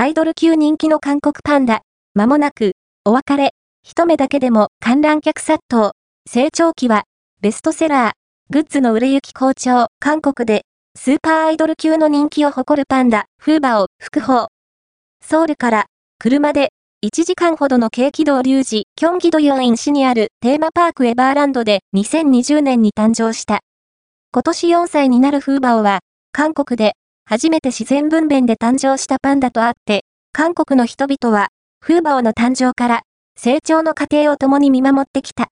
アイドル級人気の韓国パンダ。間もなく、お別れ。一目だけでも観覧客殺到。成長期は、ベストセラー。グッズの売れ行き好調。韓国で、スーパーアイドル級の人気を誇るパンダ、フーバオ、福報。ソウルから、車で、1時間ほどの京畿道龍寺、キョンギドヨンイン市にあるテーマパークエバーランドで2020年に誕生した。今年4歳になるフーバオは、韓国で初めて自然分娩で誕生したパンダとあって、韓国の人々は、フーバオの誕生から成長の過程を共に見守ってきた。